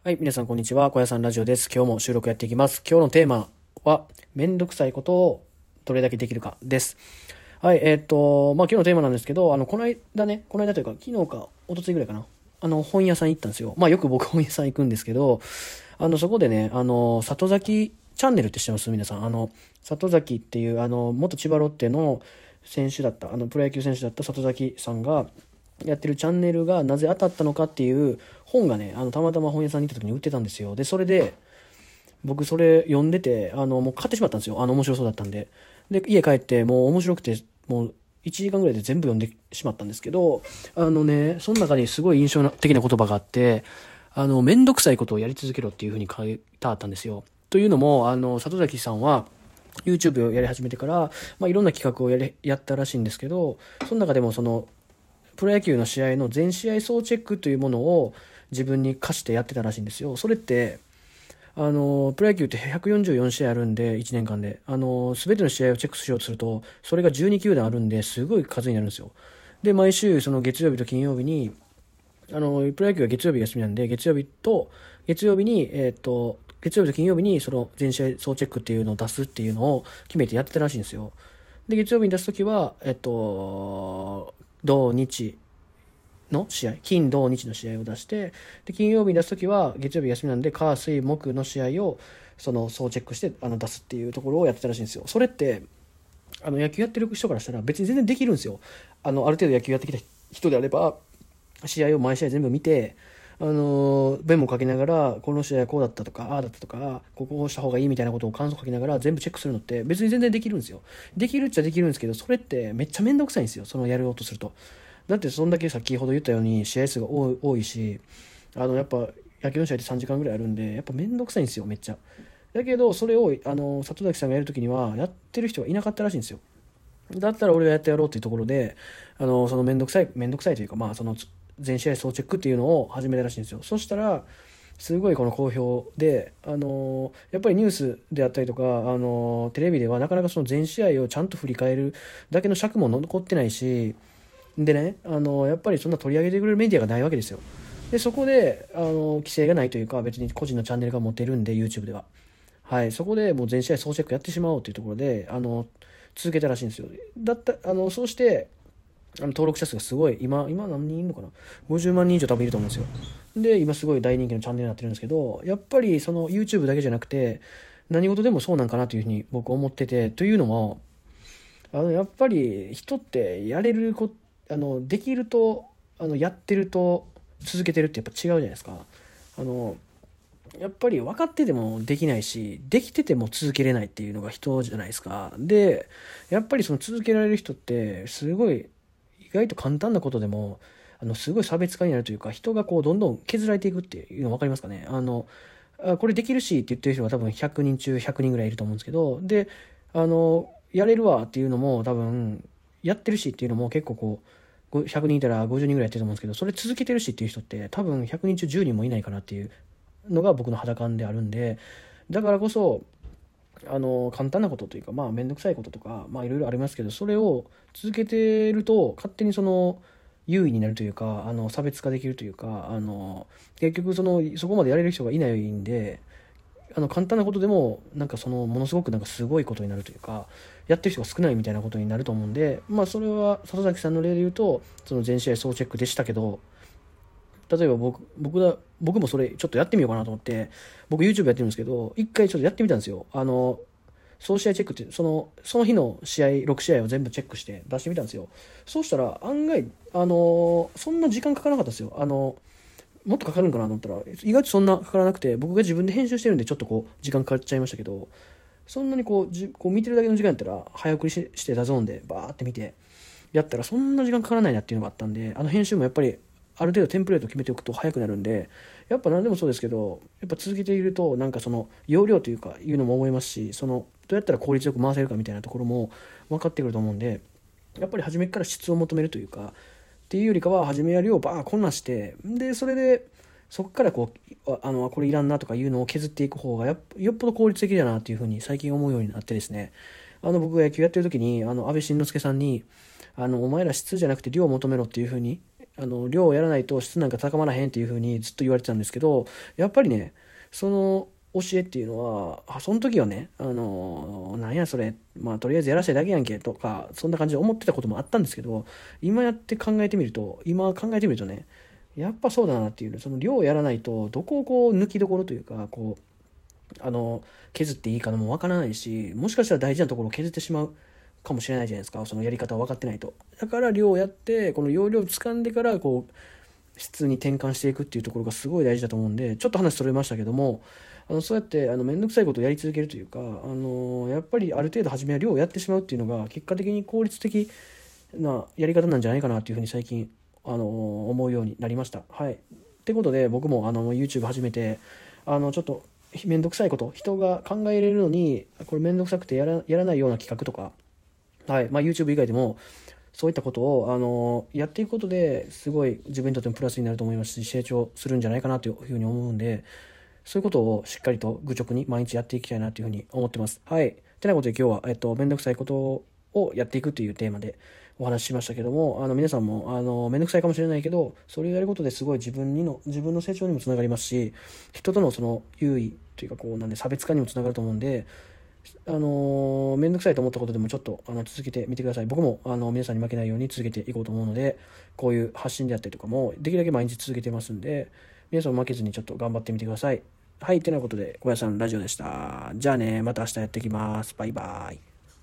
はい、皆さんこんにちは。小屋さんラジオです。今日も収録やっていきます。今日のテーマは、めんどくさいことをどれだけできるかです。はい、今日のテーマなんですけど、この間というか、昨日か、一昨日ぐらいかな。本屋さん行ったんですよ。よく僕本屋さん行くんですけど、そこでね、里崎チャンネルって知ってます皆さん。里崎っていう、元千葉ロッテの選手だった、プロ野球選手だった里崎さんが、やってるチャンネルがなぜ当たったのかっていう本がね、たまたま本屋さんに行った時に売ってたんですよ。で、それで、僕それ読んでて、もう買ってしまったんですよ。面白そうだったんで。で、家帰って、もう面白くて、もう1時間ぐらいで全部読んでしまったんですけど、その中にすごい印象的な言葉があって、めんどくさいことをやり続けろっていう風に書いてあったんですよ。というのも、里崎さんは、YouTube をやり始めてから、いろんな企画をやったらしいんですけど、その中でもプロ野球の試合の全試合総チェックというものを自分に課してやってたらしいんですよ。それって、プロ野球って144試合あるんで、1年間で。すべての試合をチェックしようとすると、それが12球団あるんで、すごい数になるんですよ。で、毎週、月曜日と金曜日に、プロ野球は月曜日休みなんで、月曜日と金曜日に、全試合総チェックっていうのを出すっていうのを決めてやってたらしいんですよ。で、月曜日に出すときは、土日の試合、金土日の試合を出して、で、金曜日に出すときは、月曜日休みなんで、火水木の試合を、総チェックして、出すっていうところをやってたらしいんですよ。それって、野球やってる人からしたら別に全然できるんですよ。ある程度野球やってきた人であれば、試合を毎試合全部見て、メモ書きながら、この試合こうだったとか、ああだったとか、ここをした方がいいみたいなことを感想書きながら全部チェックするのって別に全然できるんですよ。できるっちゃできるんですけど、それってめっちゃめんどくさいんですよ。やろうとすると。だってそんだけ先ほど言ったように試合数が多いし、やっぱ野球の試合って3時間ぐらいあるんで、やっぱめんどくさいんですよ、めっちゃ。だけど、それを、里崎さんがやるときには、やってる人がいなかったらしいんですよ。だったら俺がやってやろうっていうところで、めんどくさいというか、全試合総チェックっていうのを始めたらしいんですよ。そしたら、すごいこの好評で、やっぱりニュースであったりとか、テレビではなかなかその全試合をちゃんと振り返るだけの尺も残ってないし、でね、やっぱりそんな取り上げてくれるメディアがないわけですよ。で、そこで、規制がないというか、別に個人のチャンネルが持てるんで、YouTube では。はい、そこでもう全試合総チェックやってしまおうというところで、続けたらしいんですよ。そうして、登録者数がすごい、今何人いるのかな ?50 万人以上多分いると思うんですよ。で、今すごい大人気のチャンネルになってるんですけど、やっぱりYouTube だけじゃなくて、何事でもそうなんかなというふうに僕思ってて、というのも、やっぱり人ってやれるこ、できると、やってると続けてるってやっぱ違うじゃないですか。やっぱり分かっててもできないし、できてても続けれないっていうのが人じゃないですか。で、やっぱり続けられる人ってすごい意外と簡単なことでもすごい差別化になるというか、人がこうどんどん削られていくっていうの分かりますかね。これできるしって言ってる人が多分100人中100人ぐらいいると思うんですけど、で、やれるわっていうのも多分やってるしっていうのも結構こう100人いたら50人ぐらいやってると思うんですけど、それ続けてるしっていう人って多分100人中10人もいないかなっていうのが僕の肌感であるんで、だからこそ簡単なことというか、めんどくさいこととかいろいろありますけど、それを続けてると勝手に優位になるというか、差別化できるというか、結局そこまでやれる人がいないんで、簡単なことでもものすごくすごいことになるというか、やってる人が少ないみたいなことになると思うんで、それは里崎さんの例で言うと全試合総チェックでしたけど、例えば僕もそれちょっとやってみようかなと思って、僕 YouTube やってるんですけど、一回ちょっとやってみたんですよ。総試合チェックって、その日の試合、6試合を全部チェックして出してみたんですよ。そうしたら案外、そんな時間かからなかったですよ。もっとかかるんかなと思ったら、意外とそんなかからなくて、僕が自分で編集してるんでちょっと時間かかっちゃいましたけど、そんなにこう見てるだけの時間やったら、早送りしてダゾーンでバーって見て、やったらそんな時間かからないなっていうのがあったんで、編集もやっぱり、ある程度テンプレートを決めておくと早くなるんで、やっぱ何でもそうですけど、やっぱ続けていると容量というかいうのも思いますし、どうやったら効率よく回せるかみたいなところも分かってくると思うんで、やっぱり初めから質を求めるというかっていうよりかは、初めや量をバーこんなして、でそれでそこからこれいらんなとかいうのを削っていく方がよっぽど効率的だなっていうふうに最近思うようになってですね、僕が野球やってる時に安倍晋之助さんにお前ら質じゃなくて量を求めろっていうふうに量をやらないと質なんか高まらへんっていう風にずっと言われてたんですけど、やっぱりね、その教えっていうのは、その時はね、なんやそれ、まあとりあえずやらせただけやんけとか、そんな感じで思ってたこともあったんですけど、今考えてみるとね、やっぱそうだなっていう、その量をやらないと、どこをこう抜きどころというか、こう、削っていいかもわからないし、もしかしたら大事なところを削ってしまうかもしれないじゃないですか、そのやり方を分かってないと。だから量をやって、この要領を掴んでから、こう、質に転換していくっていうところがすごい大事だと思うんで、ちょっと話それましたけども、そうやってめんどくさいことをやり続けるというか、やっぱりある程度初めは量をやってしまうっていうのが結果的に効率的なやり方なんじゃないかなっていうふうに最近思うようになりました。はい。ってことで僕もYouTube 始めてちょっとめんどくさいこと、人が考えれるのにこれめんどくさくてやらないような企画とか、はい、まあ YouTube 以外でもそういったことをやっていくことですごい自分にとってもプラスになると思いますし、成長するんじゃないかなというふうに思うんで、そういうことをしっかりと愚直に毎日やっていきたいなというふうに思ってます。はい。てなことで今日はめんどくさいことをやっていくというテーマでお話ししましたけども、皆さんもめんどくさいかもしれないけど、それをやることですごい自分の成長にもつながりますし、人とのその優位というかこうなんで差別化にもつながると思うんで、めんどくさいと思ったことでもちょっと続けてみてください。僕も皆さんに負けないように続けていこうと思うので、こういう発信であったりとかもできるだけ毎日続けてますんで、皆さんも負けずにちょっと頑張ってみてください。はい、てなことで小屋さんラジオでした。じゃあね、また明日やってきます。バイバイ。